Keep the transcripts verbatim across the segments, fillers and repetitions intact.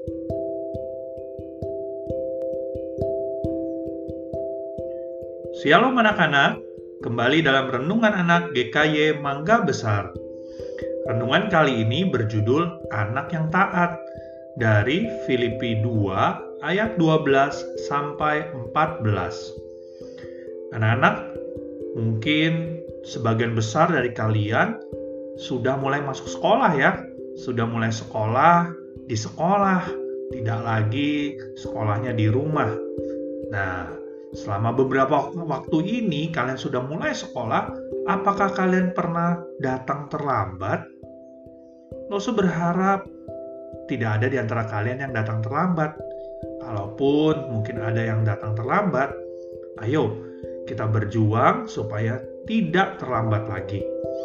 Shalom anak-anak, kembali dalam Renungan Anak G K Y Mangga Besar. Renungan kali ini berjudul Anak yang Taat dari Filipi dua ayat dua belas sampai empat belas. Anak-anak, mungkin sebagian besar dari kalian sudah mulai masuk sekolah ya, sudah mulai sekolah di sekolah, tidak lagi sekolahnya di rumah. Nah, selama beberapa waktu ini kalian sudah mulai sekolah, apakah kalian pernah datang terlambat? Nggak usah berharap tidak ada di antara kalian yang datang terlambat. Kalaupun mungkin ada yang datang terlambat, ayo kita berjuang supaya tidak terlambat lagi.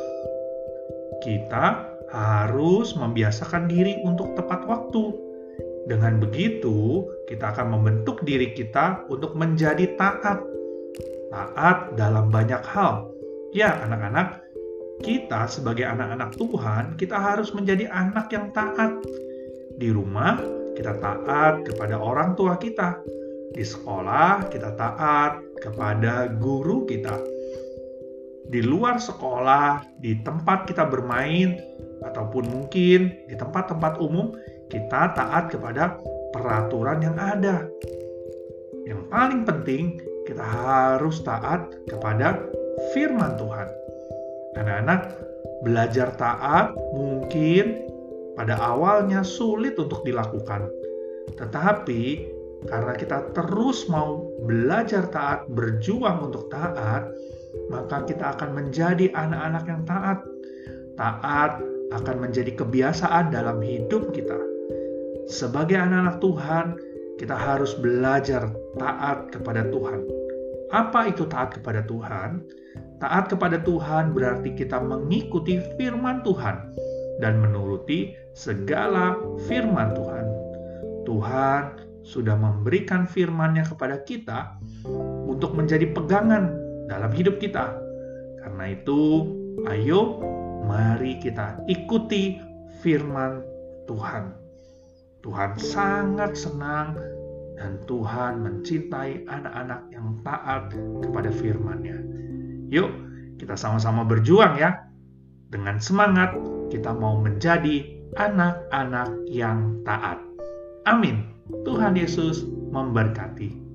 Kita harus membiasakan diri untuk tepat waktu. Dengan begitu, kita akan membentuk diri kita untuk menjadi taat. Taat dalam banyak hal. Ya, anak-anak, kita sebagai anak-anak Tuhan, kita harus menjadi anak yang taat. Di rumah, kita taat kepada orang tua kita. Di sekolah, kita taat kepada guru kita. Di luar sekolah, di tempat kita bermain, ataupun mungkin di tempat-tempat umum, kita taat kepada peraturan yang ada. Yang paling penting, kita harus taat kepada firman Tuhan. Anak-anak, belajar taat mungkin pada awalnya sulit untuk dilakukan. Tetapi, karena kita terus mau belajar taat, berjuang untuk taat, maka kita akan menjadi anak-anak yang taat. Taat akan menjadi kebiasaan dalam hidup kita. Sebagai anak-anak Tuhan, kita harus belajar taat kepada Tuhan. Apa itu taat kepada Tuhan? Taat kepada Tuhan berarti kita mengikuti firman Tuhan dan menuruti segala firman Tuhan. Tuhan sudah memberikan firman-Nya kepada kita untuk menjadi pegangan dalam hidup kita. Karena itu, ayo mari kita ikuti firman Tuhan. Tuhan sangat senang dan Tuhan mencintai anak-anak yang taat kepada firman-Nya. Yuk, kita sama-sama berjuang ya. Dengan semangat, kita mau menjadi anak-anak yang taat. Amin. Tuhan Yesus memberkati.